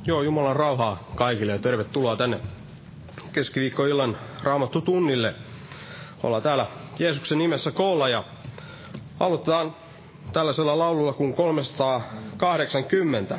Joo, Jumalan rauhaa kaikille ja tervetuloa tänne keskiviikkoillan Raamattu-tunnille. Ollaan täällä Jeesuksen nimessä koolla ja aloitetaan tällaisella laululla kuin 380.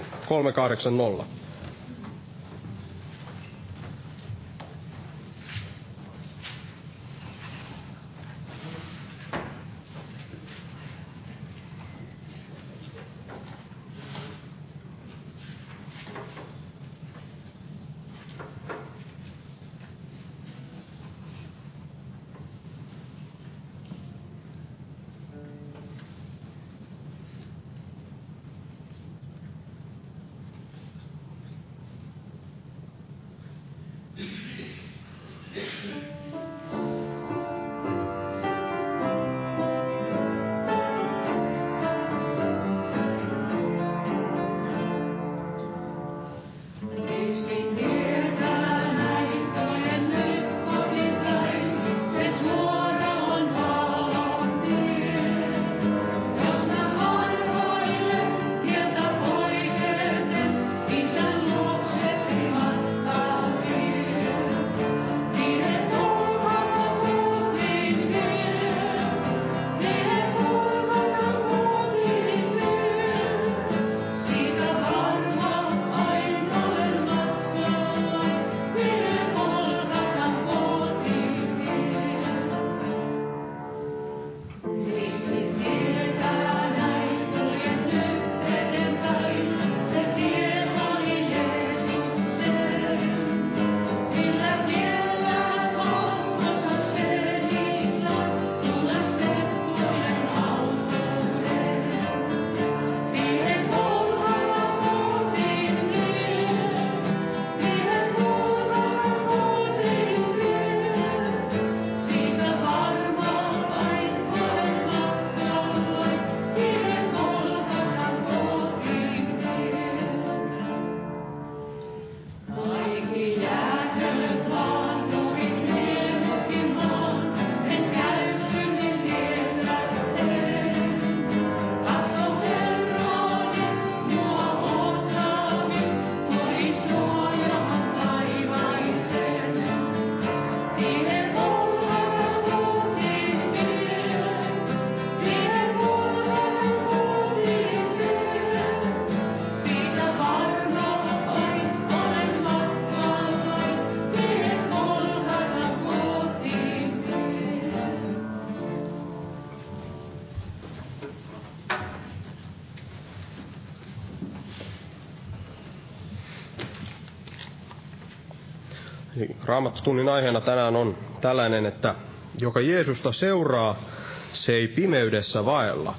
Raamattu-tunnin aiheena tänään on tällainen, että joka Jeesusta seuraa, se ei pimeydessä vaella.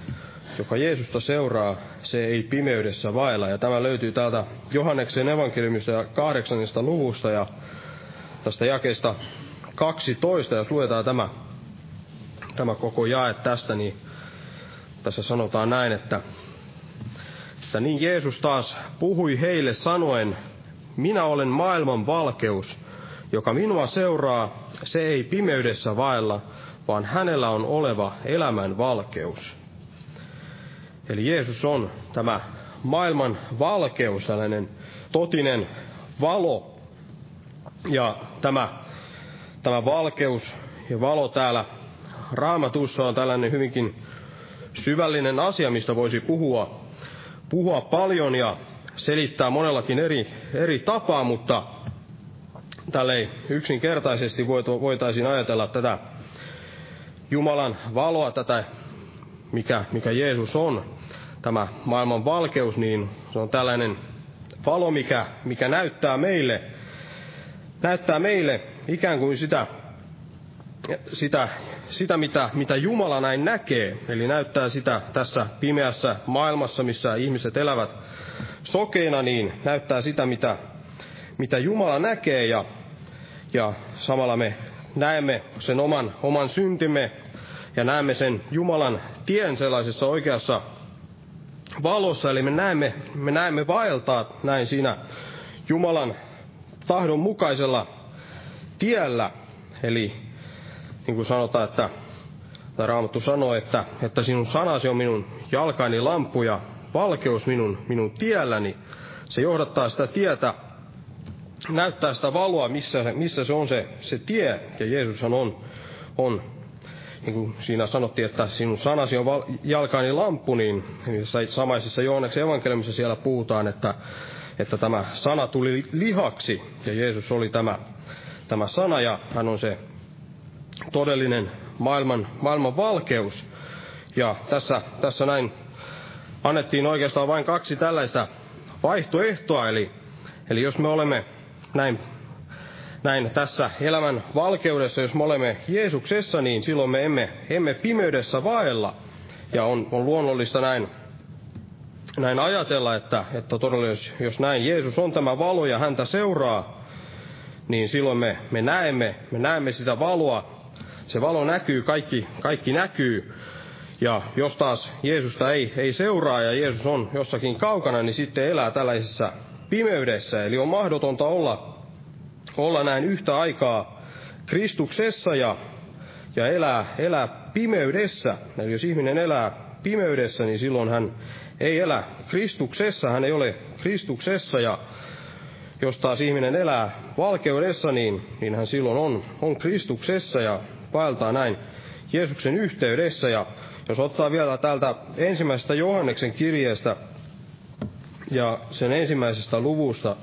Joka Jeesusta seuraa, se ei pimeydessä vaella. Ja tämä löytyy täältä Johanneksen evankeliumista 8. luvusta ja tästä jakeesta 12. Jos luetaan tämä koko jae tästä, niin tässä sanotaan näin, että niin Jeesus taas puhui heille sanoen, minä olen maailman valkeus, joka minua seuraa, se ei pimeydessä vaella, vaan hänellä on oleva elämän valkeus. Eli Jeesus on tämä maailman valkeus, tällainen totinen valo. Ja tämä valkeus ja valo täällä Raamatussa on tällainen hyvinkin syvällinen asia, mistä voisi puhua paljon ja selittää monellakin eri tapaa, mutta tälleen yksinkertaisesti voitaisiin ajatella tätä Jumalan valoa, tätä mikä Jeesus on, tämä maailman valkeus, niin se on tällainen valo, mikä näyttää meille ikään kuin sitä mitä Jumala näin näkee, eli näyttää sitä tässä pimeässä maailmassa, missä ihmiset elävät sokeina, niin näyttää sitä, mitä Jumala näkee, ja samalla me näemme sen oman syntimme, ja näemme sen Jumalan tien sellaisessa oikeassa valossa, eli me näemme vaeltaa näin siinä Jumalan tahdon mukaisella tiellä, eli niin kuin sanotaan, että Raamattu sanoo, että sinun sanasi on minun jalkaini lamppu ja valkeus minun tielläni. se johdattaa sitä tietä, näyttää sitä valoa, missä se on se tie. Ja Jeesushan on, niin kuin siinä sanottiin, että sinun sanasi on jalkaani lamppu, niin samaisessa Johanneksen evankeliumissa siellä puhutaan, että tämä sana tuli lihaksi, ja Jeesus oli tämä sana, ja hän on se todellinen maailman valkeus. Ja tässä näin annettiin oikeastaan vain 2 tällaista vaihtoehtoa, eli jos me olemme näin tässä elämän valkeudessa, jos me olemme Jeesuksessa, niin silloin me emme pimeydessä vaella. Ja on luonnollista näin ajatella, että todella jos näin Jeesus on tämä valo ja häntä seuraa, niin silloin me näemme sitä valoa. Se valo näkyy, kaikki näkyy. Ja jos taas Jeesusta ei seuraa ja Jeesus on jossakin kaukana, niin sitten elää tällaisessa pimeydessä. Eli on mahdotonta olla näin yhtä aikaa Kristuksessa ja elää pimeydessä. Eli jos ihminen elää pimeydessä, niin silloin hän ei elä Kristuksessa, hän ei ole Kristuksessa. Ja jos taas ihminen elää valkeudessa, niin hän silloin on Kristuksessa ja vaeltaa näin Jeesuksen yhteydessä. Ja jos ottaa vielä täältä ensimmäisestä Johanneksen kirjeestä ja sen ensimmäisestä luvusta,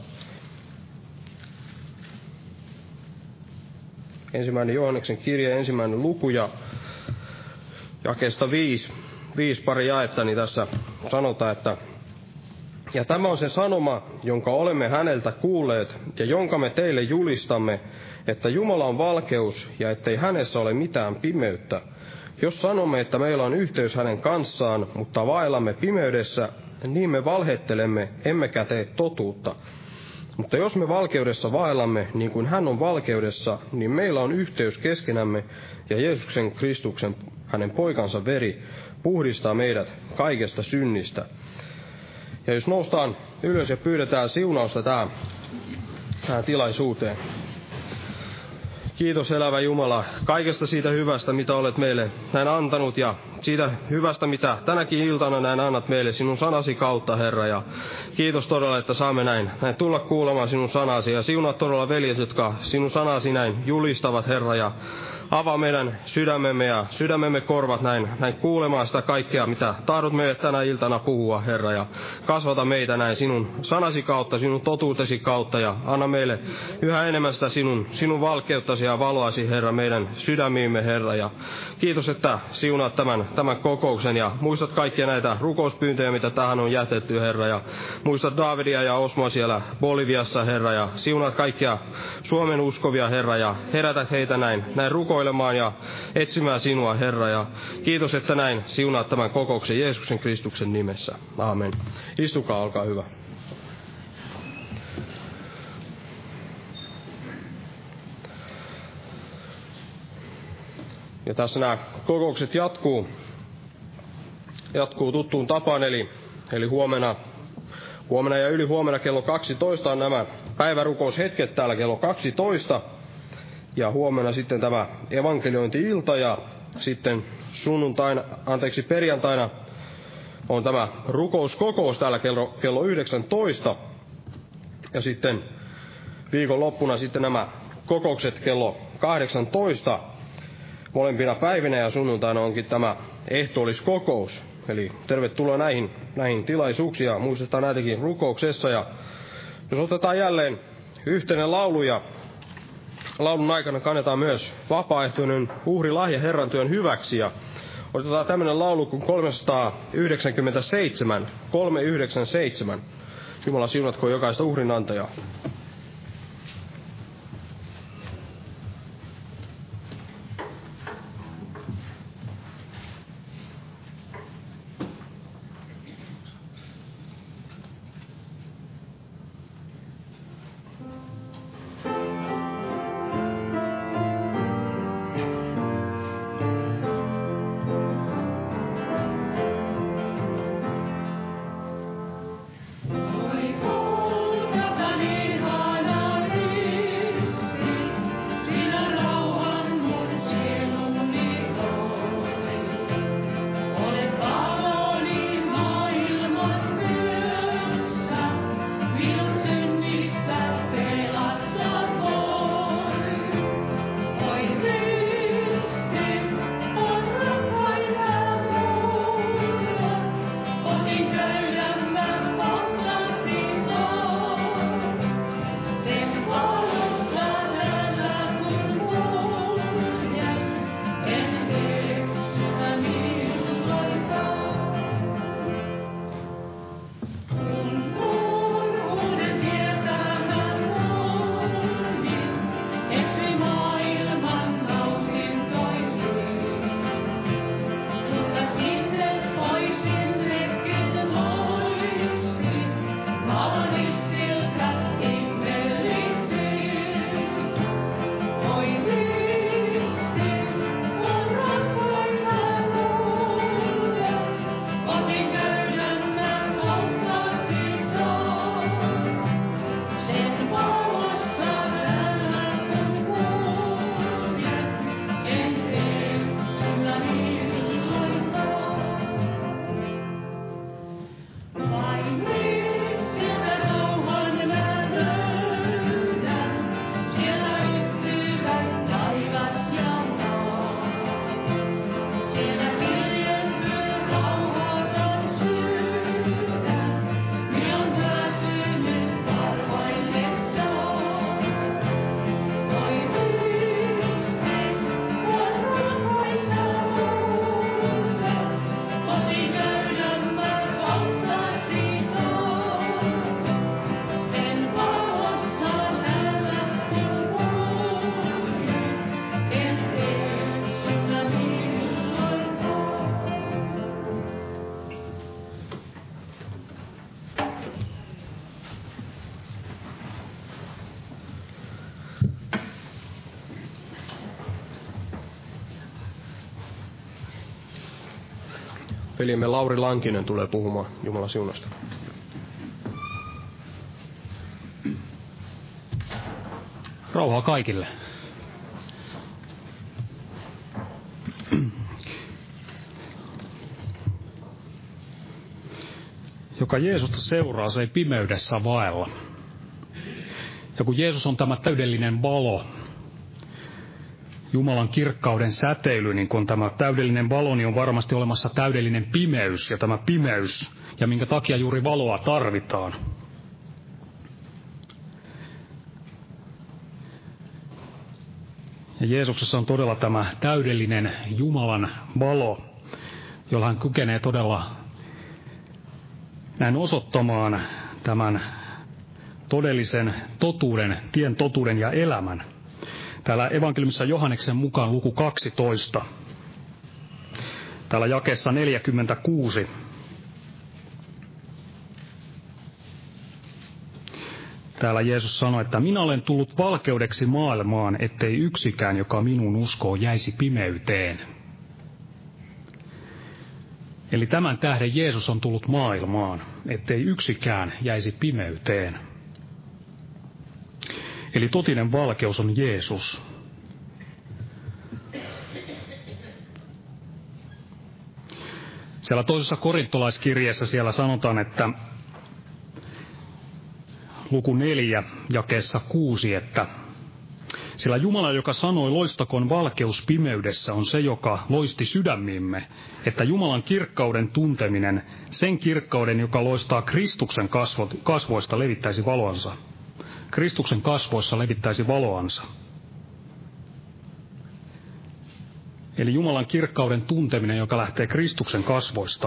1. Johanneksen kirje, 1. luku ja jakeesta 5 pari jaetta, niin tässä sanotaan, että ja tämä on se sanoma, jonka olemme häneltä kuulleet ja jonka me teille julistamme, että Jumala on valkeus ja ettei hänessä ole mitään pimeyttä. Jos sanomme, että meillä on yhteys hänen kanssaan, mutta vaellamme pimeydessä, niin me valhettelemme, emmekä tee totuutta. Mutta jos me valkeudessa vaellamme, niin kuin hän on valkeudessa, niin meillä on yhteys keskenämme, ja Jeesuksen Kristuksen, hänen poikansa veri, puhdistaa meidät kaikesta synnistä. Ja jos noustaan ylös ja pyydetään siunausta tähän tilaisuuteen. Kiitos elävä Jumala kaikesta siitä hyvästä, mitä olet meille näin antanut, ja siitä hyvästä, mitä tänäkin iltana näin annat meille sinun sanasi kautta, Herra. Ja kiitos todella, että saamme näin tulla kuulemaan sinun sanasi, ja siunaa todella veljet, jotka sinun sanasi näin julistavat, Herra, ja avaa meidän sydämemme ja sydämemme korvat näin kuulemaan sitä kaikkea, mitä tahdot meille tänä iltana puhua, Herra, ja kasvata meitä näin sinun sanasi kautta, sinun totuutesi kautta, ja anna meille yhä enemmän sitä sinun valkeuttasi ja valoasi, Herra, meidän sydämiimme, Herra, ja kiitos, että siunaat tämän kokouksen, ja muistat kaikkia näitä rukouspyyntöjä, mitä tähän on jätetty, Herra, ja muistat Davidia ja Osmoa siellä Boliviassa, Herra, ja siunaat kaikkia Suomen uskovia, Herra, ja herätät heitä näin rukoilemaan ja etsimään sinua, Herra, ja kiitos, että näin siunaat tämän kokouksen Jeesuksen Kristuksen nimessä. Aamen. Istukaa, olkaa hyvä. Ja tässä nämä kokoukset jatkuu tuttuun tapaan, eli huomenna ja ylihuomenna kello 12 on nämä päivärukoushetket täällä kello 12. Ja huomenna sitten tämä evankeliointi-ilta, ja sitten perjantaina on tämä rukouskokous täällä kello 19. Ja sitten viikonloppuna sitten nämä kokoukset kello 18 molempina päivinä, ja sunnuntaina onkin tämä ehtoolliskokous. Eli tervetuloa näihin tilaisuuksiin, ja muistetaan näitäkin rukouksessa. Ja jos otetaan jälleen yhteinen laulu, ja laulun aikana kannetaan myös vapaaehtoinen uhrilahja Herran työn hyväksi, ja otetaan tämmöinen laulu kuin 397. Jumala siunatko jokaista uhrinantajaa. Oi, Golgatan velimme Lauri Lankinen tulee puhumaan Jumalan siunasta. Rauhaa kaikille. Joka Jeesusta seuraa, se ei pimeydessä vaella. Ja kun Jeesus on tämä täydellinen valo, Jumalan kirkkauden säteily, niin kun tämä täydellinen valo, niin on varmasti olemassa täydellinen pimeys. Ja tämä pimeys, ja minkä takia juuri valoa tarvitaan. Ja Jeesuksessa on todella tämä täydellinen Jumalan valo, jolla hän kykenee todella näin osoittamaan tämän todellisen totuuden, tien totuuden ja elämän. Täällä evankeliumissa Johanneksen mukaan luku 12, täällä jakeessa 46. Täällä Jeesus sanoi, että minä olen tullut valkeudeksi maailmaan, ettei yksikään, joka minuun uskoo, jäisi pimeyteen. Eli tämän tähden Jeesus on tullut maailmaan, ettei yksikään jäisi pimeyteen. Eli totinen valkeus on Jeesus. Siellä toisessa korintolaiskirjeessä siellä sanotaan, että luku 4, jakeessa 6, että sillä Jumala, joka sanoi, loistakoon valkeus pimeydessä, on se, joka loisti sydämimme, että Jumalan kirkkauden tunteminen, sen kirkkauden, joka loistaa Kristuksen kasvoista, levittäisi valoansa. Kristuksen kasvoissa levittäisi valoansa. Eli Jumalan kirkkauden tunteminen, joka lähtee Kristuksen kasvoista.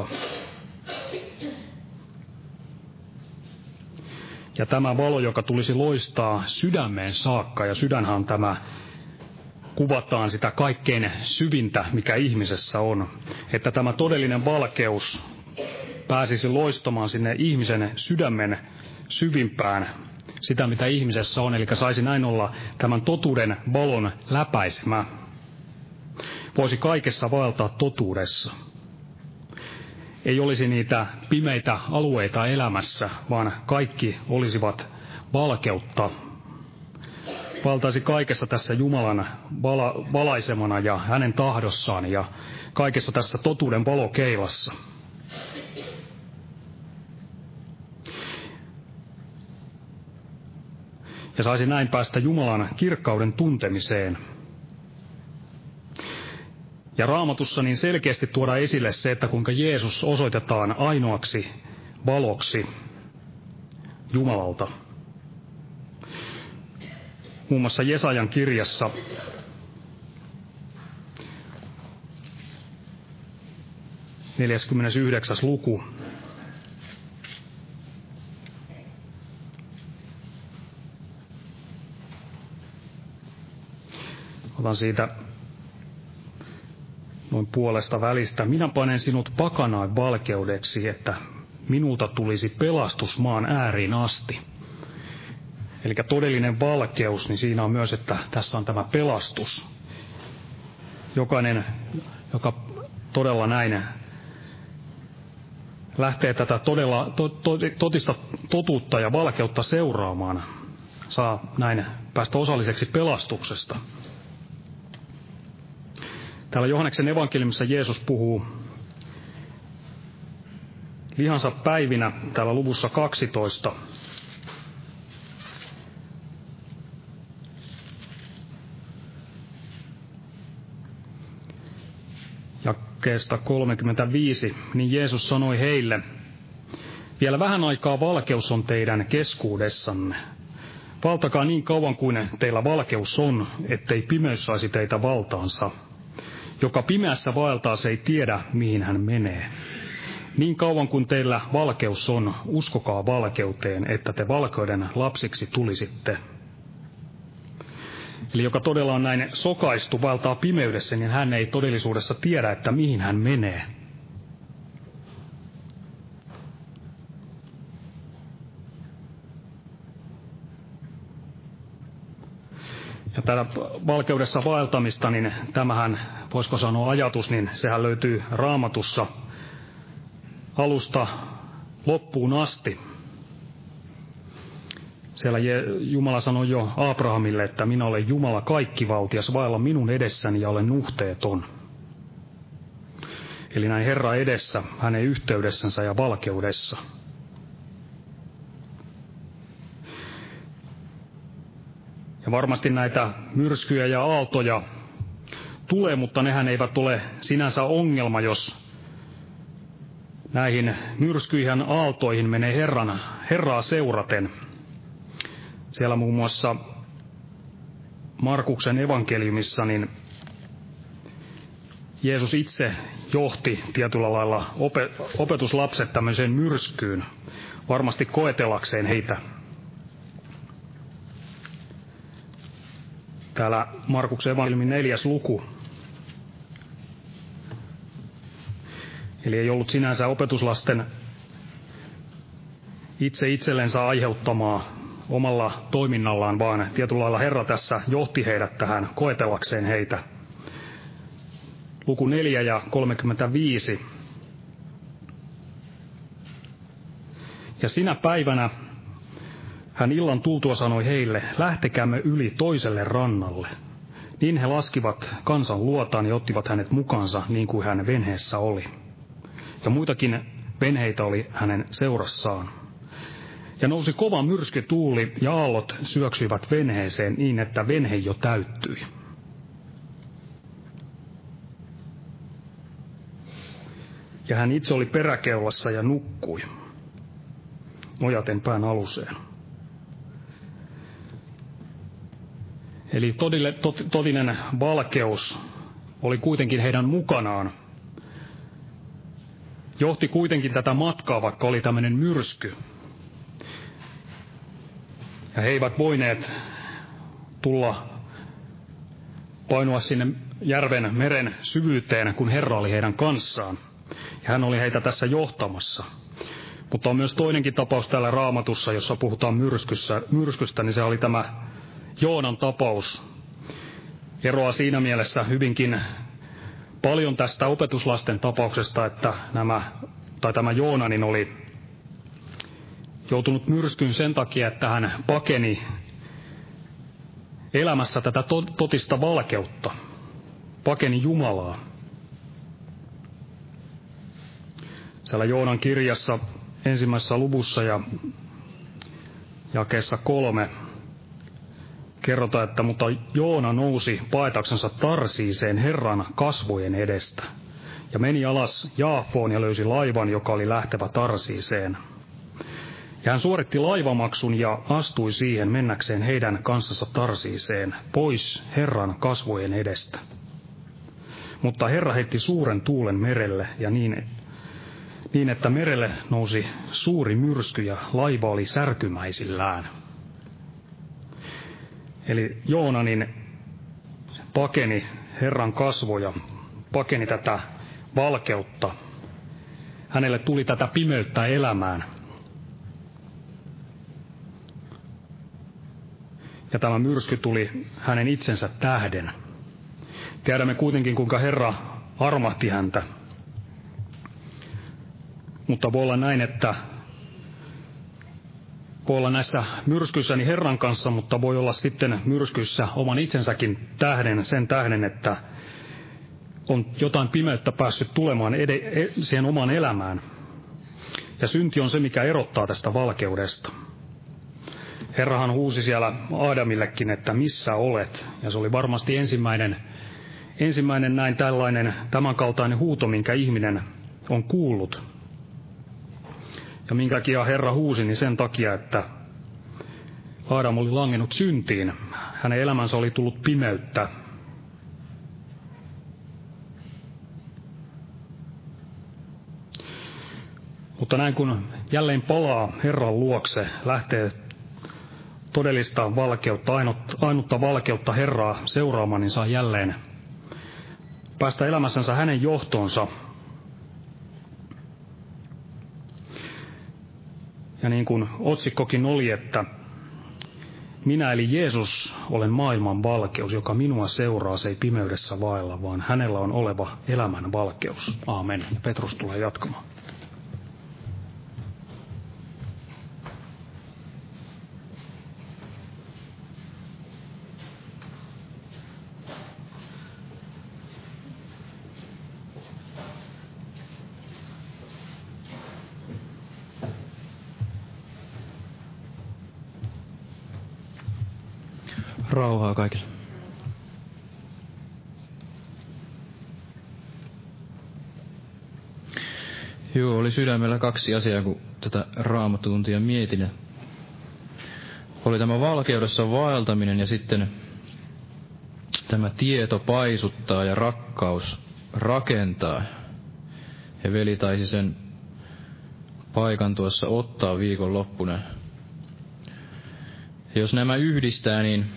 Ja tämä valo, joka tulisi loistaa sydämeen saakka, ja sydänhän tämä kuvataan sitä kaikkein syvintä, mikä ihmisessä on. Että tämä todellinen valkeus pääsisi loistamaan sinne ihmisen sydämen syvimpään, sitä mitä ihmisessä on, eli saisi näin olla tämän totuuden valon läpäisemä. Voisi kaikessa vaeltaa totuudessa. Ei olisi niitä pimeitä alueita elämässä, vaan kaikki olisivat valkeutta. Valtaisi kaikessa tässä Jumalan valaisemana ja hänen tahdossaan ja kaikessa tässä totuuden valokeilassa. Ja saisi näin päästä Jumalan kirkkauden tuntemiseen. Ja Raamatussa niin selkeästi tuodaan esille se, että kuinka Jeesus osoitetaan ainoaksi valoksi Jumalalta. Muun muassa Jesajan kirjassa – 49. luku. Otan siitä noin puolesta välistä. Minä panen sinut pakanain valkeudeksi, että minulta tulisi pelastus maan ääriin asti. Eli todellinen valkeus, niin siinä on myös, että tässä on tämä pelastus. Jokainen, joka todella näin lähtee tätä todella totista totuutta ja valkeutta seuraamaan, saa näin päästä osalliseksi pelastuksesta. Täällä Johanneksen evankeliumissa Jeesus puhuu lihansa päivinä, täällä luvussa 12. Jakeesta 35, niin Jeesus sanoi heille, vielä vähän aikaa valkeus on teidän keskuudessanne. Valtakaa niin kauan kuin teillä valkeus on, ettei pimeys saisi teitä valtaansa. Joka pimeässä vaeltaa, se ei tiedä, mihin hän menee. Niin kauan kuin teillä valkeus on, uskokaa valkeuteen, että te valkeuden lapsiksi tulisitte. Eli joka todella on näin sokaistu, vaeltaa pimeydessä, niin hän ei todellisuudessa tiedä, että mihin hän menee. Ja täällä valkeudessa vaeltamista, niin tämähän, voisiko sanoa ajatus, niin sehän löytyy Raamatussa alusta loppuun asti. Siellä Jumala sanoi jo Abrahamille, että minä olen Jumala kaikkivaltias, vaella minun edessäni ja olen nuhteeton. Eli näin Herra edessä, hänen yhteydessänsä ja valkeudessa. Ja varmasti näitä myrskyjä ja aaltoja tulee, mutta nehän eivät ole sinänsä ongelma, jos näihin myrskyihin aaltoihin menee Herraa seuraten. Siellä muun muassa Markuksen evankeliumissa niin Jeesus itse johti tietyllä lailla opetuslapset tämmöiseen myrskyyn, varmasti koetellakseen heitä. Täällä Markuksen evankeliumin 4. luku. Eli ei ollut sinänsä opetuslasten itse itsellensä aiheuttamaa omalla toiminnallaan, vaan tietyllä lailla Herra tässä johti heidät tähän koetellakseen heitä. Luku 4 ja 35. Ja sinä päivänä hän illan tultua sanoi heille, lähtekäämme yli toiselle rannalle. Niin he laskivat kansan luotaan ja ottivat hänet mukaansa, niin kuin hän venheessä oli. Ja muitakin venheitä oli hänen seurassaan. Ja nousi kova myrskytuuli ja aallot syöksyivät venheeseen niin, että venhe jo täyttyi. Ja hän itse oli peräkeulassa ja nukkui, nojaten pään aluseen. Eli todellinen valkeus oli kuitenkin heidän mukanaan. Johti kuitenkin tätä matkaa, vaikka oli tämmöinen myrsky. Ja he eivät voineet painua sinne järven meren syvyyteen, kun Herra oli heidän kanssaan. Ja hän oli heitä tässä johtamassa. Mutta on myös toinenkin tapaus täällä Raamatussa, jossa puhutaan myrskystä, niin se oli tämä Joonan tapaus. Eroaa siinä mielessä hyvinkin paljon tästä opetuslasten tapauksesta, että tämä Joona niin oli joutunut myrskyyn sen takia, että hän pakeni elämässä tätä totista valkeutta, pakeni Jumalaa. Siellä Joonan kirjassa 1. luvussa ja jakeessa 3 kerrotaan, että mutta Joona nousi paetaksensa Tarsiiseen Herran kasvojen edestä ja meni alas Jaafoon ja löysi laivan, joka oli lähtevä Tarsiiseen. Ja hän suoritti laivamaksun ja astui siihen mennäkseen heidän kanssansa Tarsiiseen, pois Herran kasvojen edestä. Mutta Herra heitti suuren tuulen merelle ja niin että merelle nousi suuri myrsky ja laiva oli särkymäisillään. Eli Joona niin pakeni Herran kasvoja, pakeni tätä valkeutta. Hänelle tuli tätä pimeyttä elämään. Ja tämä myrsky tuli hänen itsensä tähden. Tiedämme kuitenkin, kuinka Herra armahti häntä. Mutta voi olla näin, että voi olla näissä myrskyissä niin Herran kanssa, mutta voi olla sitten myrskyissä oman itsensäkin tähden, sen tähden, että on jotain pimeyttä päässyt tulemaan siihen omaan elämään. Ja synti on se, mikä erottaa tästä valkeudesta. Herrahan huusi siellä Aadamillekin, että missä olet? Ja se oli varmasti ensimmäinen näin tämänkaltainen huuto, minkä ihminen on kuullut. Ja minkäkin Herra huusi, niin sen takia, että Aadam oli langennut syntiin. Hänen elämänsä oli tullut pimeyttä. Mutta näin kun jälleen palaa Herran luokse, lähtee todellista valkeutta, ainutta valkeutta Herraa seuraamaan, niin saa jälleen päästä elämässänsä hänen johtoonsa. Ja niin kuin otsikkokin oli, että minä eli Jeesus olen maailman valkeus, joka minua seuraa, se ei pimeydessä vaella, vaan hänellä on oleva elämän valkeus. Aamen. Ja Petrus tulee jatkamaan. Rauhaa kaikille. Joo, oli sydämellä 2 asiaa, kun tätä Raamattutuntia mietin. Oli tämä valkeudessa vaeltaminen ja sitten tämä tieto paisuttaa ja rakkaus rakentaa. Ja veli taisi sen paikan tuossa ottaa viikonloppuna. Ja jos nämä yhdistää, niin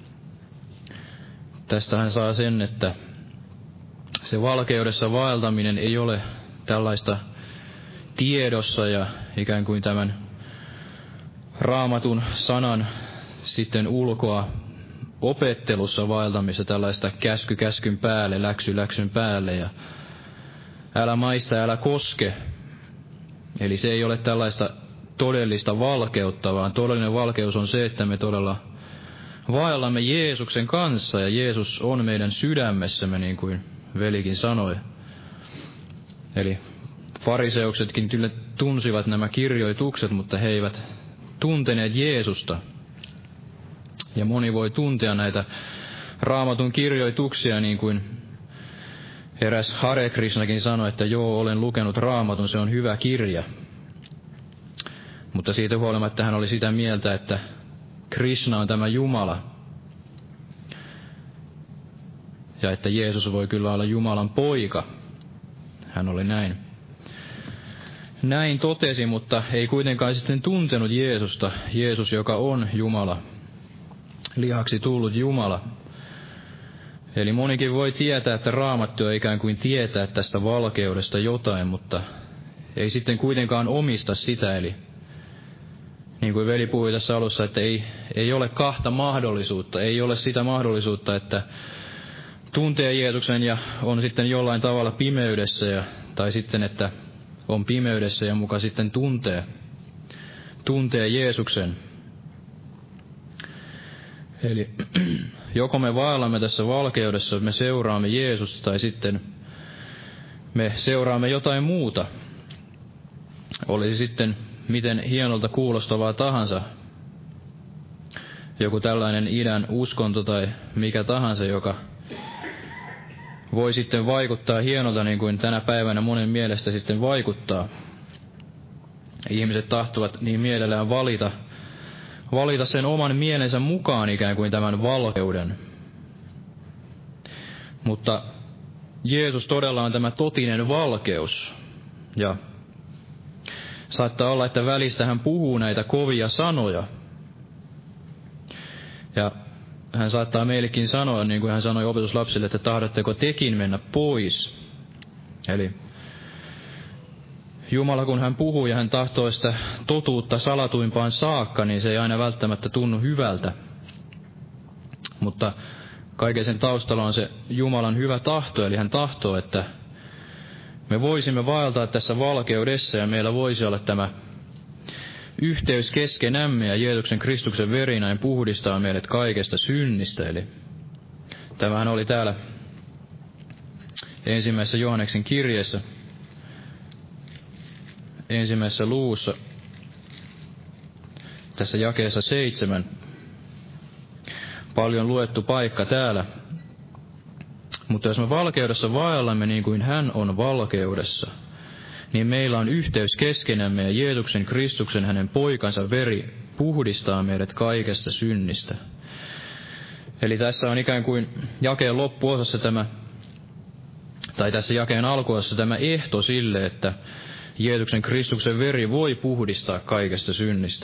tästähän saa sen, että se valkeudessa vaeltaminen ei ole tällaista tiedossa ja ikään kuin tämän Raamatun sanan sitten ulkoa opettelussa vaeltamista, tällaista käskyn päälle, läksyn päälle ja älä maista, älä koske. Eli se ei ole tällaista todellista valkeutta, vaan todellinen valkeus on se, että me todella vaellamme Jeesuksen kanssa ja Jeesus on meidän sydämessämme, niin kuin velikin sanoi. Eli fariseuksetkin kyllä tunsivat nämä kirjoitukset, mutta he eivät tunteneet Jeesusta. Ja moni voi tuntea näitä Raamatun kirjoituksia, niin kuin eräs Hare Krishnakin sanoi, että joo, olen lukenut Raamatun, se on hyvä kirja. Mutta siitä huolimatta hän oli sitä mieltä, että Krishna on tämä Jumala. Ja että Jeesus voi kyllä olla Jumalan poika. Hän oli näin totesi, mutta ei kuitenkaan sitten tuntenut Jeesusta. Jeesus, joka on Jumala, lihaksi tullut Jumala. Eli monikin voi tietää, että Raamattu on ikään kuin tietää tästä valkeudesta jotain, mutta ei sitten kuitenkaan omista sitä. Eli niin kuin veli puhui tässä alussa, että ei ole 2 mahdollisuutta. Ei ole sitä mahdollisuutta, että tuntee Jeesuksen ja on sitten jollain tavalla pimeydessä, tai sitten, että on pimeydessä ja muka sitten tuntee Jeesuksen. Eli joko me vaellamme tässä valkeudessa, me seuraamme Jeesusta, tai sitten me seuraamme jotain muuta. Olisi sitten miten hienolta kuulostavaa tahansa, joku tällainen idän uskonto tai mikä tahansa, joka voi sitten vaikuttaa hienolta, niin kuin tänä päivänä monen mielestä sitten vaikuttaa. Ihmiset tahtovat niin mielellään valita sen oman mielensä mukaan ikään kuin tämän valkeuden. Mutta Jeesus todella on tämä totinen valkeus. Ja saattaa olla, että välistä hän puhuu näitä kovia sanoja. Ja hän saattaa meillekin sanoa, niin kuin hän sanoi opetuslapsille, että tahdotteko tekin mennä pois. Eli Jumala, kun hän puhuu ja hän tahtoo sitä totuutta salatuimpaan saakka, niin se ei aina välttämättä tunnu hyvältä. Mutta kaiken sen taustalla on se Jumalan hyvä tahto, eli hän tahtoo, että me voisimme vaeltaa tässä valkeudessa ja meillä voisi olla tämä yhteys keskenämme ja Jeesuksen Kristuksen veri näin puhdistaa meidät kaikesta synnistä. Eli tämähän oli täällä ensimmäisessä Johanneksen kirjeessä, ensimmäisessä luvussa, tässä jakeessa 7, paljon luettu paikka täällä. Mutta jos me valkeudessa vaellamme niin kuin hän on valkeudessa, niin meillä on yhteys keskenämme ja Jeesuksen Kristuksen, hänen poikansa veri, puhdistaa meidät kaikesta synnistä. Eli tässä on ikään kuin jakeen loppuosassa tai tässä jakeen alkuosassa tämä ehto sille, että Jeesuksen Kristuksen veri voi puhdistaa kaikesta synnistä.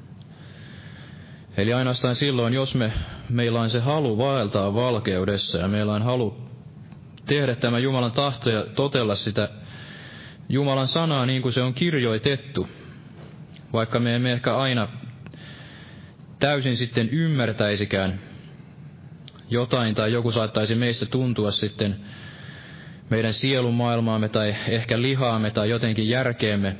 Eli ainoastaan silloin, jos meillä on se halu vaeltaa valkeudessa ja meillä on halu tehdä tämä Jumalan tahto ja totella sitä Jumalan sanaa niin kuin se on kirjoitettu, vaikka me emme ehkä aina täysin sitten ymmärtäisikään jotain tai joku saattaisi meistä tuntua sitten meidän sielunmaailmaamme tai ehkä lihaamme tai jotenkin järkeemme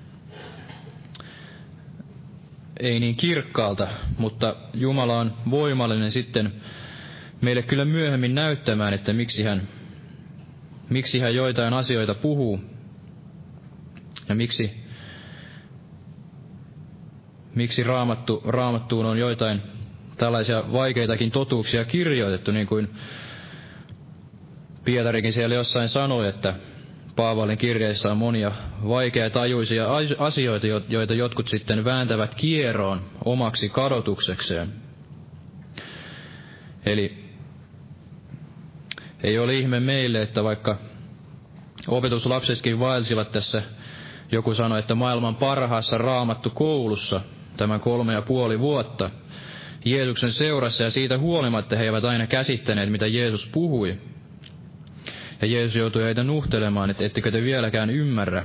ei niin kirkkaalta, mutta Jumala on voimallinen sitten meille kyllä myöhemmin näyttämään, että miksi hän joitain asioita puhuu ja miksi Raamattuun on joitain tällaisia vaikeitakin totuuksia kirjoitettu, niin kuin Pietarikin siellä jossain sanoi, että Paavalin kirjeessä on monia vaikeatajuisia asioita, joita jotkut sitten vääntävät kieroon omaksi kadotuksekseen. Eli ei ole ihme meille, että vaikka opetuslapsetkin vaelsivat tässä, joku sanoi, että maailman parhaassa raamattukoulussa tämän 3,5 vuotta Jeesuksen seurassa, ja siitä huolimatta he eivät aina käsittäneet, mitä Jeesus puhui. Ja Jeesus joutui heitä nuhtelemaan, että ettekö te vieläkään ymmärrä.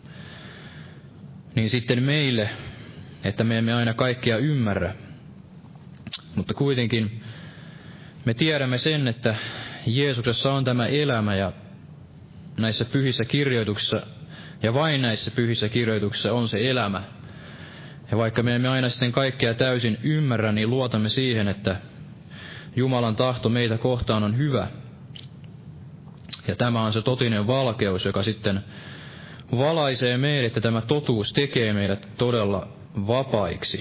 Niin sitten meille, että me emme aina kaikkia ymmärrä. Mutta kuitenkin me tiedämme sen, että Jeesuksessa on tämä elämä, ja näissä pyhissä kirjoituksissa, ja vain näissä pyhissä kirjoituksissa on se elämä. Ja vaikka me emme aina sitten kaikkea täysin ymmärrä, niin luotamme siihen, että Jumalan tahto meitä kohtaan on hyvä. Ja tämä on se totinen valkeus, joka sitten valaisee meidät, että tämä totuus tekee meidät todella vapaiksi.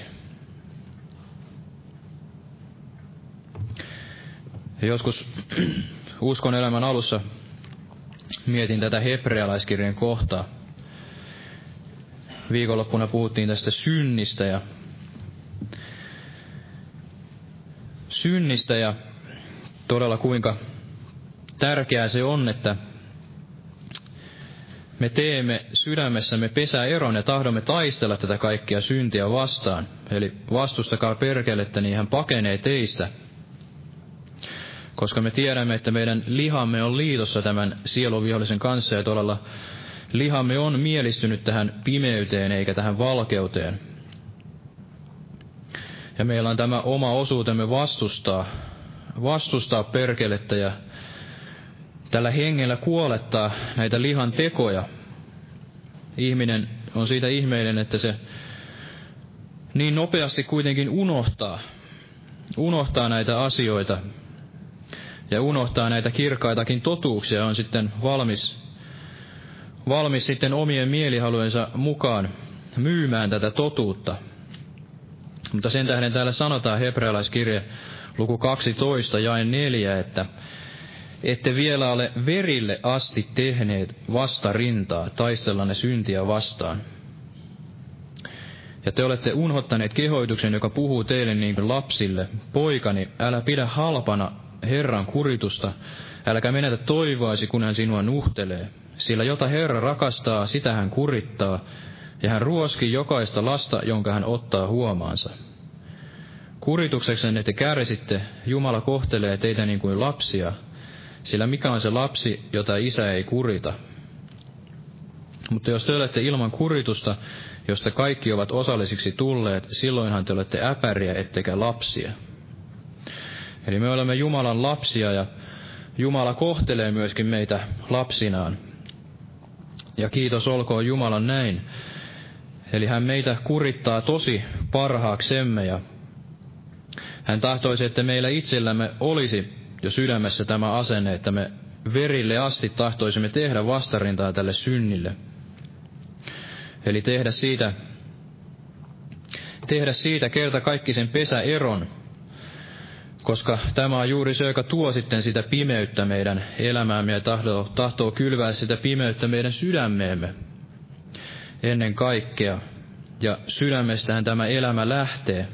Ja joskus uskon elämän alussa mietin tätä hebrealaiskirjan kohtaa. Viikonloppuna puhuttiin tästä synnistä ja todella kuinka tärkeää se on, että me teemme sydämessämme pesäeron ja tahdomme taistella tätä kaikkia syntiä vastaan. Eli vastustakaa perkelettä, niin hän pakenee teistä. Koska me tiedämme, että meidän lihamme on liitossa tämän sieluvihollisen kanssa, ja todella lihamme on mielistynyt tähän pimeyteen eikä tähän valkeuteen. Ja meillä on tämä oma osuutemme vastustaa perkelettä ja tällä hengellä kuolettaa näitä lihan tekoja. Ihminen on siitä ihmeellinen, että se niin nopeasti kuitenkin unohtaa näitä asioita ja unohtaa näitä kirkkaitakin totuuksia ja on sitten valmis sitten omien mielihalujensa mukaan myymään tätä totuutta. Mutta sen tähden täällä sanotaan hebrealaiskirje luku 12 jae 4, että ette vielä ole verille asti tehneet vastarintaa taistellanne syntiä vastaan. Ja te olette unhottaneet kehoituksen, joka puhuu teille niin kuin lapsille. Poikani, älä pidä halpana Herran kuritusta, äläkä menetä toivoasi, kun hän sinua nuhtelee. Sillä jota Herra rakastaa, sitä hän kurittaa, ja hän ruoskii jokaista lasta, jonka hän ottaa huomaansa. Kuritukseksenne te kärsitte, Jumala kohtelee teitä niin kuin lapsia, sillä mikä on se lapsi, jota isä ei kurita? Mutta jos te olette ilman kuritusta, josta kaikki ovat osallisiksi tulleet, silloinhan te olette äpäriä ettekä lapsia. Eli me olemme Jumalan lapsia ja Jumala kohtelee myöskin meitä lapsinaan. Ja kiitos olkoon Jumalan näin. Eli hän meitä kurittaa tosi parhaaksemme ja hän tahtoisi, että meillä itsellämme olisi jo sydämessä tämä asenne, että me verille asti tahtoisimme tehdä vastarintaa tälle synnille. Eli tehdä siitä kertakaikkisen pesäeron, koska tämä on juuri se, joka tuo sitten sitä pimeyttä meidän elämäämme ja tahtoo kylvää sitä pimeyttä meidän sydämeemme ennen kaikkea. Ja sydämestähän tämä elämä lähtee.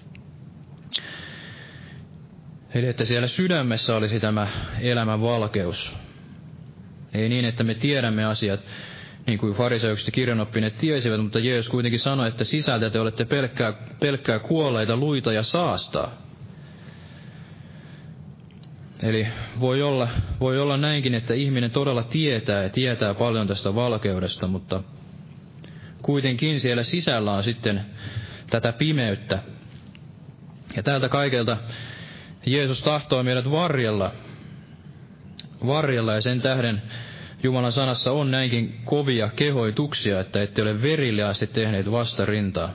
Eli että siellä sydämessä olisi tämä elämän valkeus. Ei niin, että me tiedämme asiat, niin kuin fariseukset ja kirjanoppineet tiesivät, mutta Jeesus kuitenkin sanoi, että sisältä te olette pelkkää kuolleita luita ja saastaa. Eli voi olla näinkin, että ihminen todella tietää paljon tästä valkeudesta, mutta kuitenkin siellä sisällä on sitten tätä pimeyttä. Ja tältä kaikelta Jeesus tahtoo meidät varjella ja sen tähden Jumalan sanassa on näinkin kovia kehoituksia, että ette ole verille asti tehneet vastarintaa.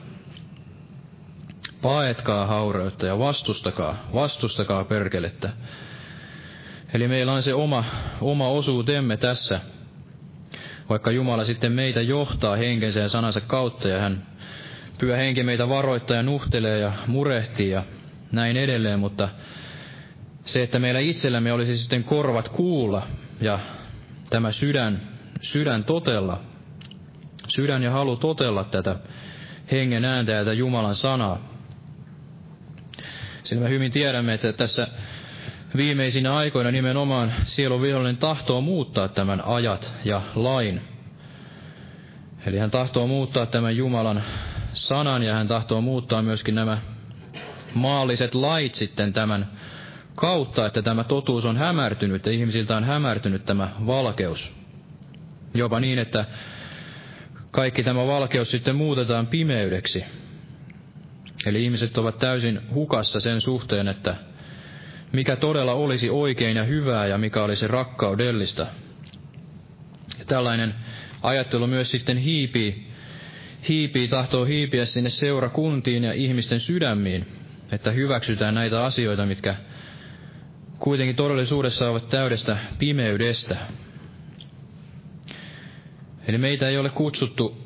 Paetkaa haureutta ja vastustakaa perkelettä. Eli meillä on se oma osuutemme tässä, vaikka Jumala sitten meitä johtaa henkensä ja sanansa kautta ja hän Pyhä Henki meitä varoittaa ja nuhtelee ja murehtii ja näin edelleen, mutta se, että meillä itsellämme olisi sitten korvat kuulla ja tämä sydän totella, sydän ja halu totella tätä hengen ääntä ja tätä Jumalan sanaa. Sillä me hyvin tiedämme, että tässä viimeisinä aikoina nimenomaan sielun vihollinen tahtoo muuttaa tämän ajat ja lain. Eli hän tahtoo muuttaa tämän Jumalan sanan ja hän tahtoo muuttaa myöskin nämä maalliset lait sitten tämän kautta, että tämä totuus on hämärtynyt ja ihmisiltä on hämärtynyt tämä valkeus. Jopa niin, että kaikki tämä valkeus sitten muutetaan pimeydeksi. Eli ihmiset ovat täysin hukassa sen suhteen, että mikä todella olisi oikein ja hyvää ja mikä olisi rakkaudellista. Ja tällainen ajattelu myös sitten tahtoo hiipiä sinne seurakuntiin ja ihmisten sydämiin, että hyväksytään näitä asioita, mitkä kuitenkin todellisuudessa ovat täydestä pimeydestä. Eli meitä ei ole kutsuttu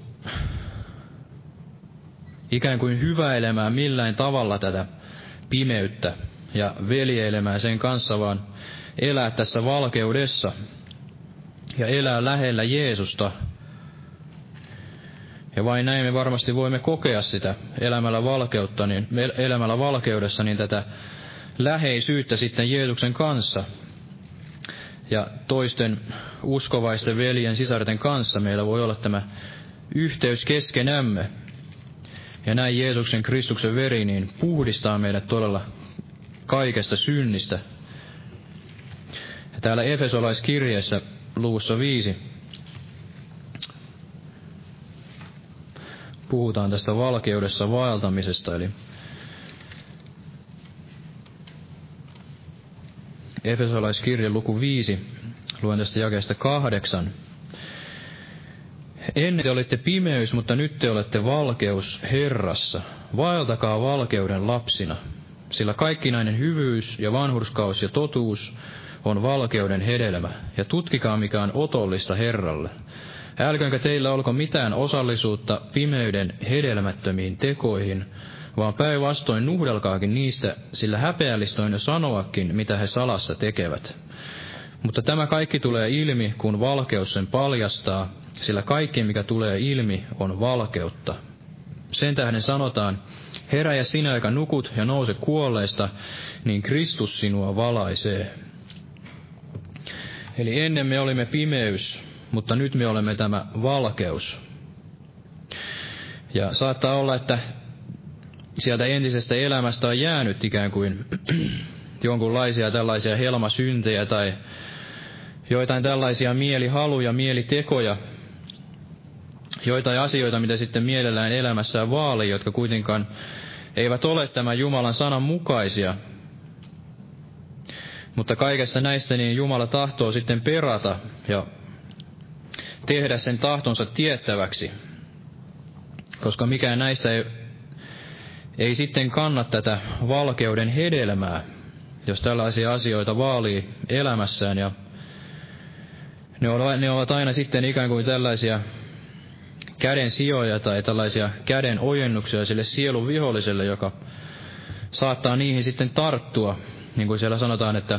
ikään kuin hyväilemään millään tavalla tätä pimeyttä ja veljeilemään sen kanssa, vaan elää tässä valkeudessa ja elää lähellä Jeesusta. Ja vain näin me varmasti voimme kokea sitä elämällä valkeudessa, niin tätä läheisyyttä sitten Jeesuksen kanssa. Ja toisten uskovaisten veljen sisarten kanssa meillä voi olla tämä yhteys keskenämme. Ja näin Jeesuksen Kristuksen veri niin puhdistaa meidät todella kaikesta synnistä. Ja täällä Efesolaiskirjeessä luvussa 5 puhutaan tästä valkeudessa vaeltamisesta, eli Efesolaiskirje luku 5, luen tästä jakeesta 8. Ennen te olitte pimeys, mutta nyt te olette valkeus Herrassa. Vaeltakaa valkeuden lapsina, sillä kaikkinainen hyvyys ja vanhurskaus ja totuus on valkeuden hedelmä, ja tutkikaa mikä on otollista Herralle. Älköönkä teillä olko mitään osallisuutta pimeyden hedelmättömiin tekoihin, vaan päinvastoin nuhdelkaakin niistä, sillä häpeällistä on jo sanoakin, mitä he salassa tekevät. Mutta tämä kaikki tulee ilmi, kun valkeus sen paljastaa, sillä kaikki, mikä tulee ilmi, on valkeutta. Sen tähden sanotaan, herää ja sinä, joka nukut ja nouse kuolleista, niin Kristus sinua valaisee. Eli ennen me olimme pimeys, mutta nyt me olemme tämä valkeus. Ja saattaa olla, että sieltä entisestä elämästä on jäänyt ikään kuin jonkunlaisia tällaisia helmasyntejä tai joitain tällaisia mielihaluja, mielitekoja, joitain asioita, mitä sitten mielellään elämässään vaalii, jotka kuitenkaan eivät ole tämän Jumalan sanan mukaisia. Mutta kaikesta näistä niin Jumala tahtoo sitten perata ja tehdä sen tahtonsa tiettäväksi, koska mikään näistä ei sitten kanna tätä valkeuden hedelmää, jos tällaisia asioita vaalii elämässään. Ja ne ovat aina sitten ikään kuin tällaisia käden sijoja tai tällaisia käden ojennuksia sille sielun viholliselle, joka saattaa niihin sitten tarttua. Niin kuin siellä sanotaan, että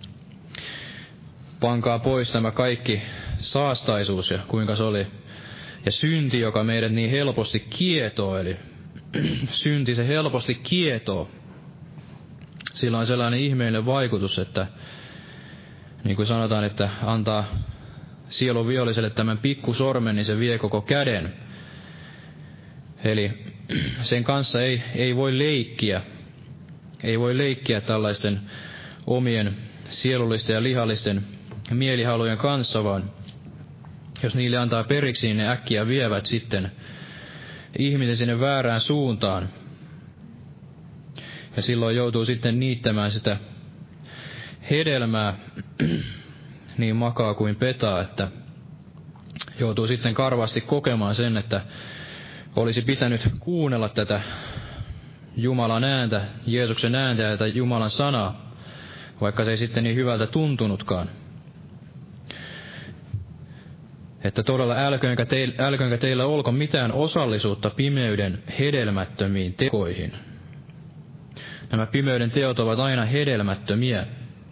pankaa pois tämä kaikki saastaisuus ja kuinka se oli. Ja synti, joka meidät niin helposti kietoo, eli synti se helposti kietoo. Sillä on sellainen ihmeellinen vaikutus, että niin kuin sanotaan, että antaa sielun viholliselle tämän pikkusormen, niin se vie koko käden. Eli sen kanssa ei voi leikkiä. Ei voi leikkiä tällaisten omien sielullisten ja lihallisten mielihalujen kanssa, vaan jos niille antaa periksi, niin ne äkkiä vievät sitten ihmisen sinne väärään suuntaan. Ja silloin joutuu sitten niittämään sitä hedelmää niin makaa kuin petaa, että joutuu sitten karvaasti kokemaan sen, että olisi pitänyt kuunnella tätä Jumalan ääntä, Jeesuksen ääntä ja tätä Jumalan sanaa, vaikka se ei sitten niin hyvältä tuntunutkaan. Että todella älköönkä teillä olko mitään osallisuutta pimeyden hedelmättömiin tekoihin. Nämä pimeyden teot ovat aina hedelmättömiä,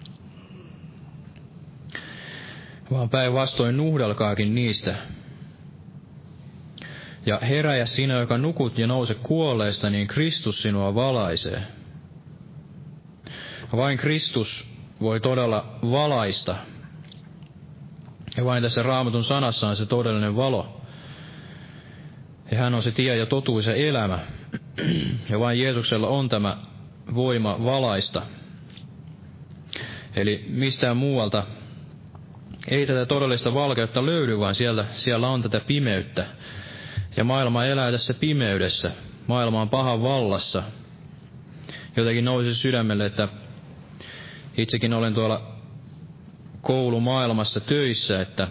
vaan päinvastoin nuhdelkaakin niistä. Ja heräjä sinä, joka nukut, ja nouse kuolleista, niin Kristus sinua valaisee. Vain Kristus voi todella valaista. Ja vain tässä Raamatun sanassa on se todellinen valo. Ja hän on se tie ja totuus ja elämä. Ja vain Jeesuksella on tämä voima valaista. Eli mistään muualta ei tätä todellista valkeutta löydy, vaan siellä on tätä pimeyttä. Ja maailma elää tässä pimeydessä. Maailma on pahan vallassa. Jotenkin nousi sydämelle, että itsekin olen tuolla koulumaailmassa töissä, että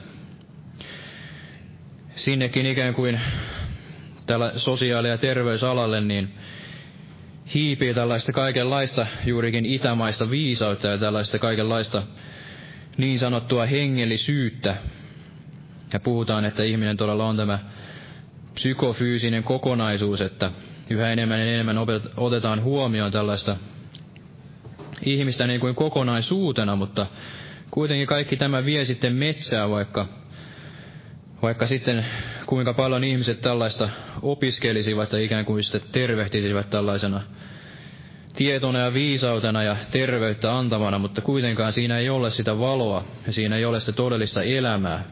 sinnekin ikään kuin tällä sosiaali- ja terveysalalle niin hiipii tällaista kaikenlaista juurikin itämaista viisautta ja tällaista kaikenlaista niin sanottua hengellisyyttä. Ja puhutaan, että ihminen todella on tämä psykofyysinen kokonaisuus, että yhä enemmän ja enemmän otetaan huomioon tällaista ihmistä niin kuin kokonaisuutena, mutta kuitenkin kaikki tämä vie sitten metsää, vaikka sitten kuinka paljon ihmiset tällaista opiskelisivat ja ikään kuin sitten tervehtisivät tällaisena tietona ja viisautena ja terveyttä antavana, mutta kuitenkaan siinä ei ole sitä valoa ja siinä ei ole sitä todellista elämää.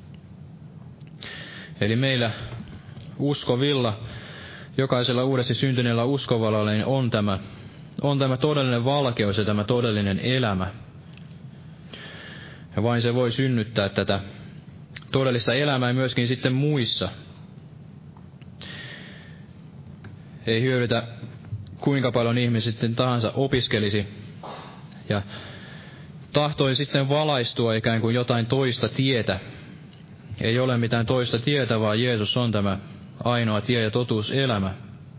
Eli meillä uskovilla, jokaisella uudesti syntyneellä uskovalla niin on tämä todellinen valkeus ja tämä todellinen elämä. Ja vain se voi synnyttää tätä todellista elämää myöskin sitten muissa. Ei hyödytä kuinka paljon ihmiset sitten tahansa opiskelisi ja tahtoi sitten valaistua ikään kuin jotain toista tietä. Ei ole mitään toista tietä, vaan Jeesus on tämä ainoa tie ja totuus elämä.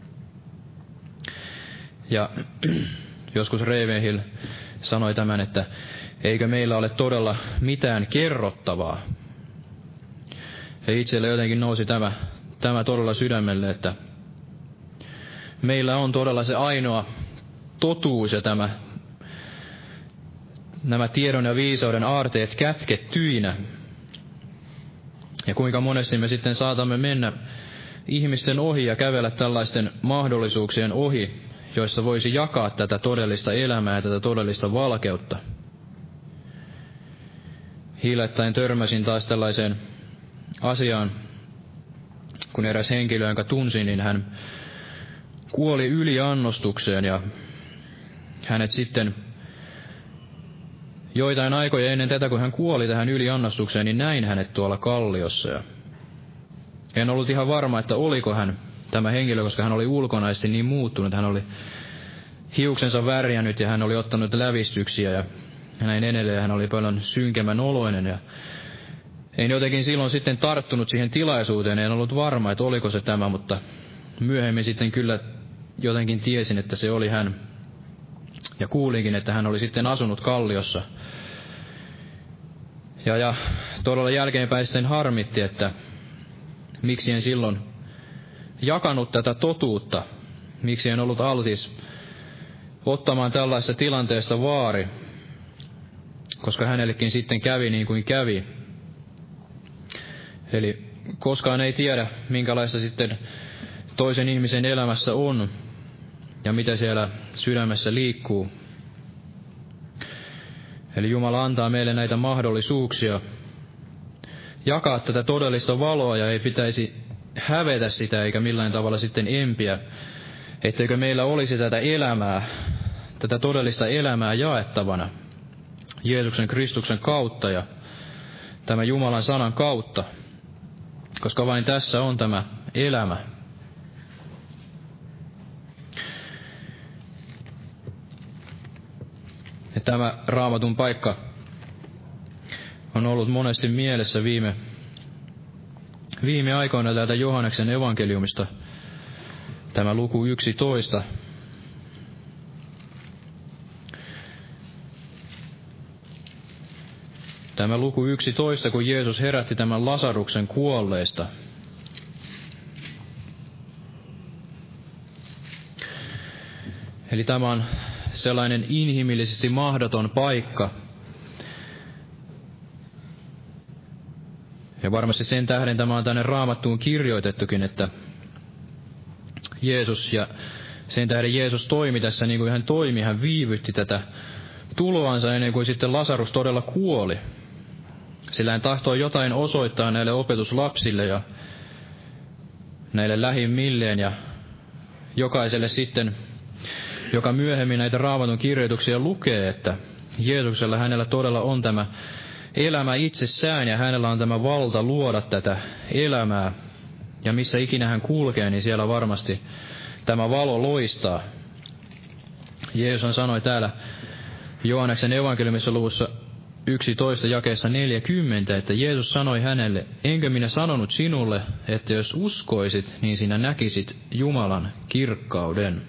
Ja joskus Ravenhill sanoi tämän, että eikö meillä ole todella mitään kerrottavaa. Ja itselle jotenkin nousi tämä todella sydämelle, että meillä on todella se ainoa totuus ja nämä tiedon ja viisauden aarteet kätkettyinä. Ja kuinka monesti me sitten saatamme mennä ihmisten ohi ja kävellä tällaisten mahdollisuuksien ohi, joissa voisi jakaa tätä todellista elämää ja tätä todellista valkeutta. Hiljattain törmäsin taas tällaiseen asiaan, kun eräs henkilö, jonka tunsin, niin hän kuoli yliannostukseen ja hänet sitten joitain aikoja ennen tätä, kun hän kuoli tähän yliannostukseen, niin näin hänet tuolla kalliossa. Ja en ollut ihan varma, että oliko hän tämä henkilö, koska hän oli ulkonaisesti niin muuttunut. Hän oli hiuksensa värjännyt ja hän oli ottanut lävistyksiä ja näin edelleen. Hän oli paljon synkemmän oloinen ja en jotenkin silloin sitten tarttunut siihen tilaisuuteen. En ollut varma, että oliko se tämä, mutta myöhemmin sitten kyllä jotenkin tiesin, että se oli hän. Ja kuulinkin, että hän oli sitten asunut kalliossa. Ja todella jälkeenpäin sitten harmitti, että miksi en silloin jakanut tätä totuutta, miksi en ollut altis ottamaan tällaista tilanteesta vaari, koska hänellekin sitten kävi niin kuin kävi. Eli koskaan ei tiedä, minkälaista sitten toisen ihmisen elämässä on ja mitä siellä sydämessä liikkuu. Eli Jumala antaa meille näitä mahdollisuuksia jakaa tätä todellista valoa ja ei pitäisi hävetä sitä eikä millään tavalla sitten empiä, etteikö meillä olisi tätä elämää, tätä todellista elämää jaettavana Jeesuksen Kristuksen kautta ja tämän Jumalan sanan kautta, koska vain tässä on tämä elämä. Ja tämä Raamatun paikka on ollut monesti mielessä viime aikoina täältä Johanneksen evankeliumista, tämä luku 11. Tämä luku 11, kun Jeesus herätti tämän Lasaruksen kuolleista. Eli tämä on sellainen inhimillisesti mahdoton paikka. Ja varmasti sen tähden tämä on tänne Raamattuun kirjoitettukin, että Jeesus, ja sen tähden Jeesus toimi tässä niin kuin hän toimi, hän viivytti tätä tuloansa ennen kuin sitten Lasarus todella kuoli. Sillä hän tahtoi jotain osoittaa näille opetuslapsille ja näille lähimmilleen ja jokaiselle sitten, joka myöhemmin näitä Raamatun kirjoituksia lukee, että Jeesuksella hänellä todella on tämä elämä itsessään ja hänellä on tämä valta luoda tätä elämää. Ja missä ikinä hän kulkee, niin siellä varmasti tämä valo loistaa. Jeesus sanoi täällä Johanneksen evankeliumissa luvussa 11 jakeessa 40, että Jeesus sanoi hänelle, enkö minä sanonut sinulle, että jos uskoisit, niin sinä näkisit Jumalan kirkkauden.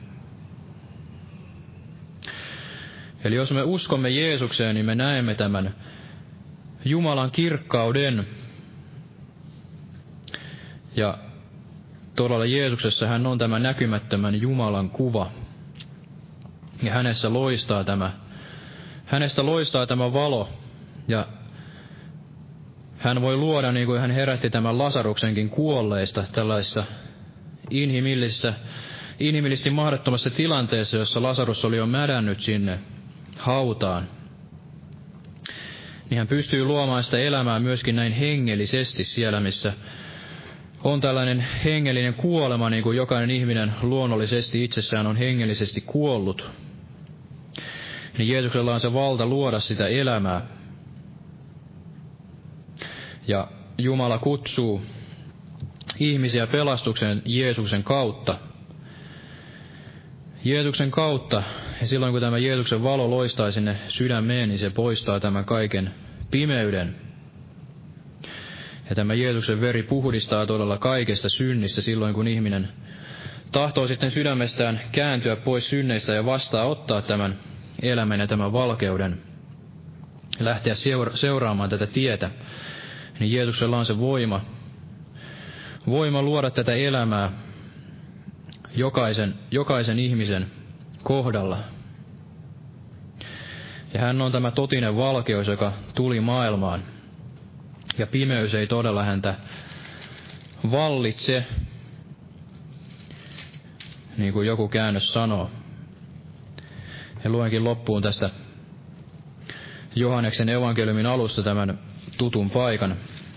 Eli jos me uskomme Jeesukseen, niin me näemme tämän Jumalan kirkkauden. Ja todella Jeesuksessa hän on tämä näkymättömän Jumalan kuva. Ja hänestä loistaa tämä valo. Ja hän voi luoda, niin kuin hän herätti tämän Lasaruksenkin kuolleista, tällaisessa inhimillisesti mahdottomassa tilanteessa, jossa Lasarus oli jo mädännyt sinne hautaan. Niin hän pystyy luomaan sitä elämää myöskin näin hengellisesti siellä, missä on tällainen hengellinen kuolema, niin kuin jokainen ihminen luonnollisesti itsessään on hengellisesti kuollut. Niin Jeesuksella on se valta luoda sitä elämää. Ja Jumala kutsuu ihmisiä pelastukseen Jeesuksen kautta. Jeesuksen kautta, ja silloin kun tämä Jeesuksen valo loistaa sinne sydämeen, niin se poistaa tämän kaiken pimeyden. Ja tämä Jeesuksen veri puhdistaa todella kaikesta synnistä silloin, kun ihminen tahtoo sitten sydämestään kääntyä pois synneistä ja vastaanottaa tämän elämän ja tämän valkeuden, lähteä seuraamaan tätä tietä. Niin Jeesuksella on se voima luoda tätä elämää jokaisen ihmisen kohdalla. Ja hän on tämä totinen valkeus, joka tuli maailmaan. Ja pimeys ei todella häntä vallitse, niin kuin joku käännös sanoo. Ja luenkin loppuun tästä Johanneksen evankeliumin alusta tämän tutun paikan.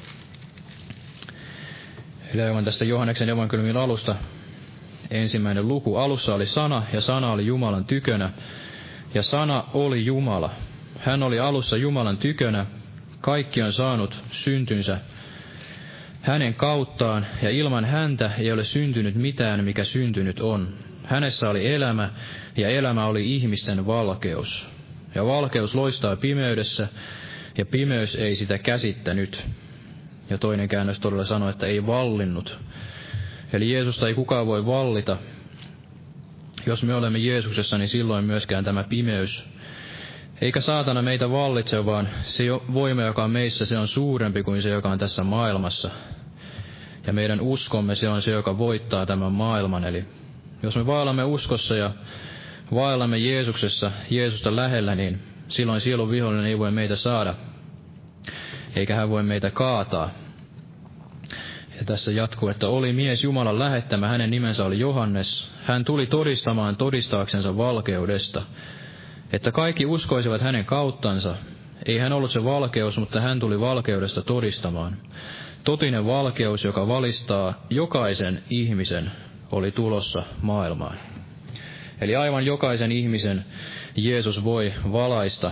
Eli aivan tästä Johanneksen evankeliumin alusta 1. luku. Alussa oli sana, ja sana oli Jumalan tykönä, ja sana oli Jumala. Hän oli alussa Jumalan tykönä. Kaikki on saanut syntynsä hänen kauttaan, ja ilman häntä ei ole syntynyt mitään, mikä syntynyt on. Hänessä oli elämä, ja elämä oli ihmisten valkeus. Ja valkeus loistaa pimeydessä, ja pimeys ei sitä käsittänyt. Ja toinen käännös todella sanoi, että ei vallinnut. Eli Jeesusta ei kukaan voi vallita. Jos me olemme Jeesuksessa, niin silloin myöskään tämä pimeys. Eikä saatana meitä vallitse, vaan se voima, joka on meissä, se on suurempi kuin se, joka on tässä maailmassa. Ja meidän uskomme, se on se, joka voittaa tämän maailman. Eli jos me vaellamme uskossa ja vaellamme Jeesuksessa, Jeesusta lähellä, niin silloin sielun vihollinen ei voi meitä saada, eikä hän voi meitä kaataa. Ja tässä jatkuu, että oli mies Jumalan lähettämä, hänen nimensä oli Johannes. Hän tuli todistamaan todistaaksensa valkeudesta, että kaikki uskoisivat hänen kauttansa. Ei hän ollut se valkeus, mutta hän tuli valkeudesta todistamaan. Totinen valkeus, joka valistaa jokaisen ihmisen, oli tulossa maailmaan. Eli aivan jokaisen ihmisen Jeesus voi valaista.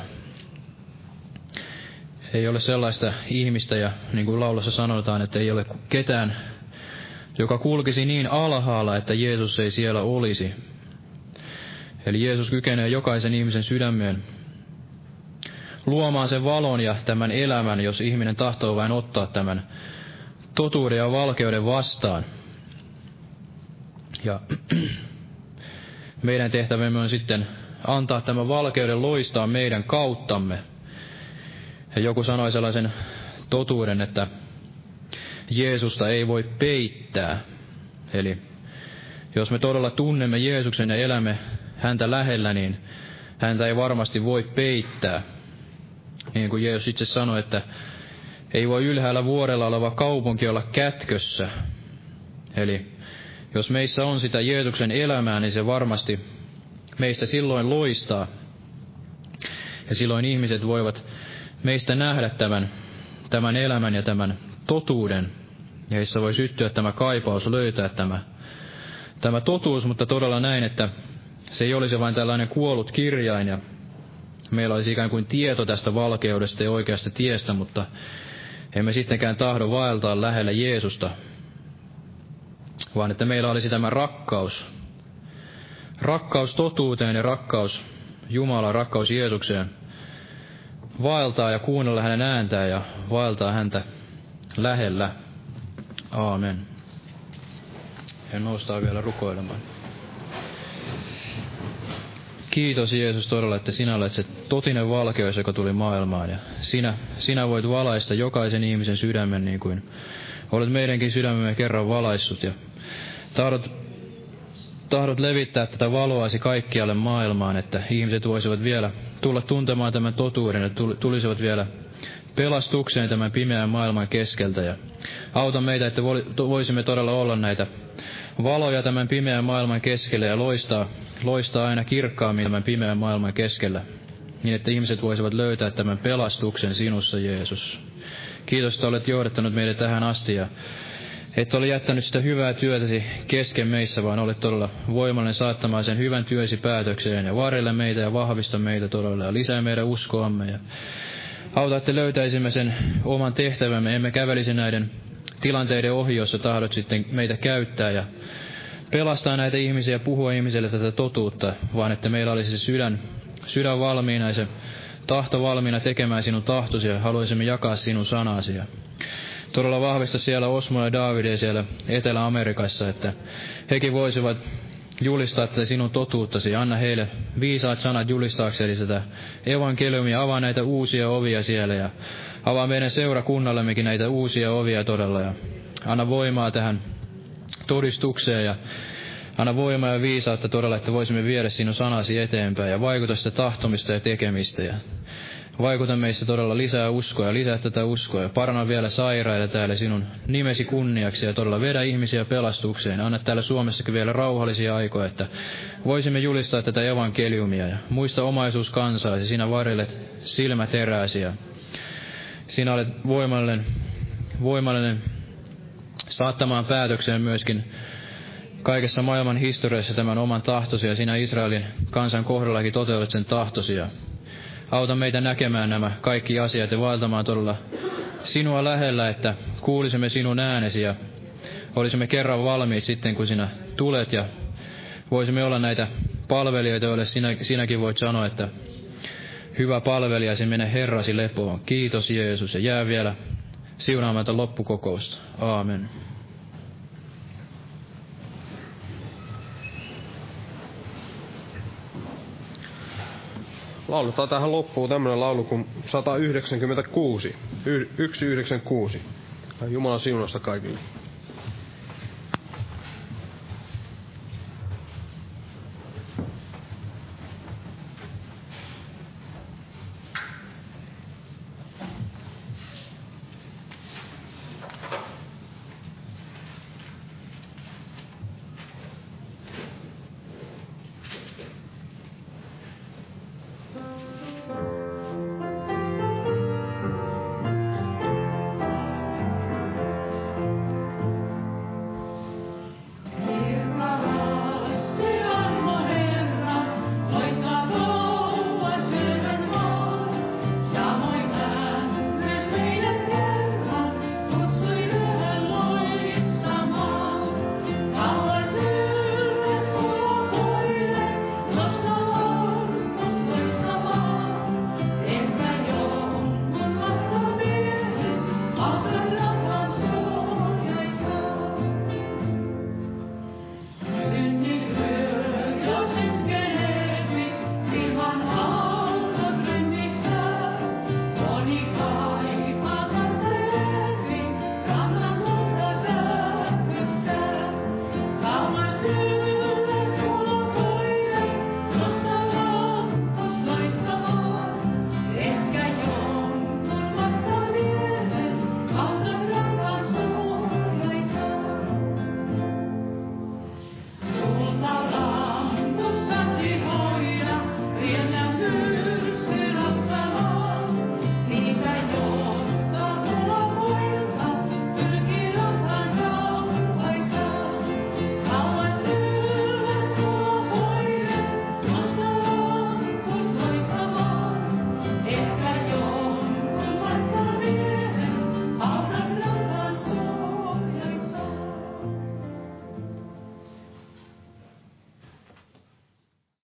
Ei ole sellaista ihmistä, ja niin kuin laulussa sanotaan, että ei ole ketään, joka kulkisi niin alhaalla, että Jeesus ei siellä olisi. Eli Jeesus kykenee jokaisen ihmisen sydämeen luomaan sen valon ja tämän elämän, jos ihminen tahtoo vain ottaa tämän totuuden ja valkeuden vastaan. Ja meidän tehtävämme on sitten antaa tämän valkeuden loistaa meidän kauttamme. Ja joku sanoi sellaisen totuuden, että Jeesusta ei voi peittää. Eli jos me todella tunnemme Jeesuksen ja elämme häntä lähellä, niin häntä ei varmasti voi peittää. Niin kuin Jeesus itse sanoi, että ei voi ylhäällä vuorella oleva kaupunki olla kätkössä. Eli jos meissä on sitä Jeesuksen elämää, niin se varmasti meistä silloin loistaa. Ja silloin ihmiset voivat meistä nähdä tämän elämän ja tämän totuuden. Ja heissä voi syttyä tämä kaipaus löytää tämä totuus, mutta todella näin, että se ei olisi vain tällainen kuollut kirjain ja meillä olisi ikään kuin tieto tästä valkeudesta ja oikeasta tiestä, mutta emme sittenkään tahdo vaeltaa lähellä Jeesusta, vaan että meillä olisi tämä rakkaus. Rakkaus totuuteen ja rakkaus Jumalaan, rakkaus Jeesukseen. Vaeltaa ja kuunnella hänen ääntään ja vaeltaa häntä lähellä. Aamen. Ja noustaan vielä rukoilemaan. Kiitos Jeesus todella, että sinä olet se totinen valkeus, joka tuli maailmaan. Ja sinä voit valaista jokaisen ihmisen sydämen niin kuin olet meidänkin sydämemme kerran valaissut. Ja tahdot levittää tätä valoasi kaikkialle maailmaan, että ihmiset voisivat vielä tulla tuntemaan tämän totuuden ja tulisivat vielä pelastukseen tämän pimeän maailman keskeltä. Ja auta meitä, että voisimme todella olla näitä valoja tämän pimeän maailman keskellä ja loistaa aina kirkkaammin tämän pimeän maailman keskellä, niin että ihmiset voisivat löytää tämän pelastuksen sinussa, Jeesus. Kiitos, että olet johdattanut meidät tähän asti ja et ole jättänyt sitä hyvää työtäsi kesken meissä, vaan olet todella voimallinen saattamaan sen hyvän työsi päätökseen ja varjella meitä ja vahvista meitä todella ja lisää meidän uskoamme. Ja auta, että löytäisimme sen oman tehtävämme, emme kävelisi näiden tilanteiden ohi, jossa tahdot sitten meitä käyttää ja pelastaa näitä ihmisiä ja puhua ihmisille tätä totuutta, vaan että meillä olisi se sydän valmiina ja se tahto valmiina tekemään sinun tahtosi ja haluaisimme jakaa sinun sanasi. Ja todella vahvista siellä Osmo ja Davidia siellä Etelä-Amerikassa, että hekin voisivat julistaa tätä sinun totuuttasi. Anna heille viisaat sanat julistaakseni tätä evankeliumia, avaa näitä uusia ovia siellä ja avaa meidän seurakunnallemmekin näitä uusia ovia todella ja anna voimaa tähän todistukseen ja anna voimaa ja viisautta todella, että voisimme viedä sinun sanasi eteenpäin ja vaikuta sitä tahtomista ja tekemistä ja vaikuta meissä todella lisää uskoa ja lisää tätä uskoa ja paranna vielä sairaita täällä sinun nimesi kunniaksi ja todella vedä ihmisiä pelastukseen. Anna täällä Suomessakin vielä rauhallisia aikoja, että voisimme julistaa tätä evankeliumia ja muista omaisuus kansaasi. Sinä varjelet silmäteräsi ja sinä olet voimallinen saattamaan päätökseen myöskin kaikessa maailman historiassa tämän oman tahtosi ja sinä Israelin kansan kohdallakin toteutat sen tahtosi ja auta meitä näkemään nämä kaikki asiat ja vaeltamaan todella sinua lähellä, että kuulisimme sinun äänesi ja olisimme kerran valmiit sitten, kun sinä tulet ja voisimme olla näitä palvelijoita, joille sinäkin voit sanoa, että hyvä palvelijasi, mene Herrasi lepoon. Kiitos Jeesus ja jää vielä siunaamatta loppukokousta. Aamen. Lauletaan tähän loppuun tämmönen laulu kuin 196. 196. Jumalan siunausta kaikille.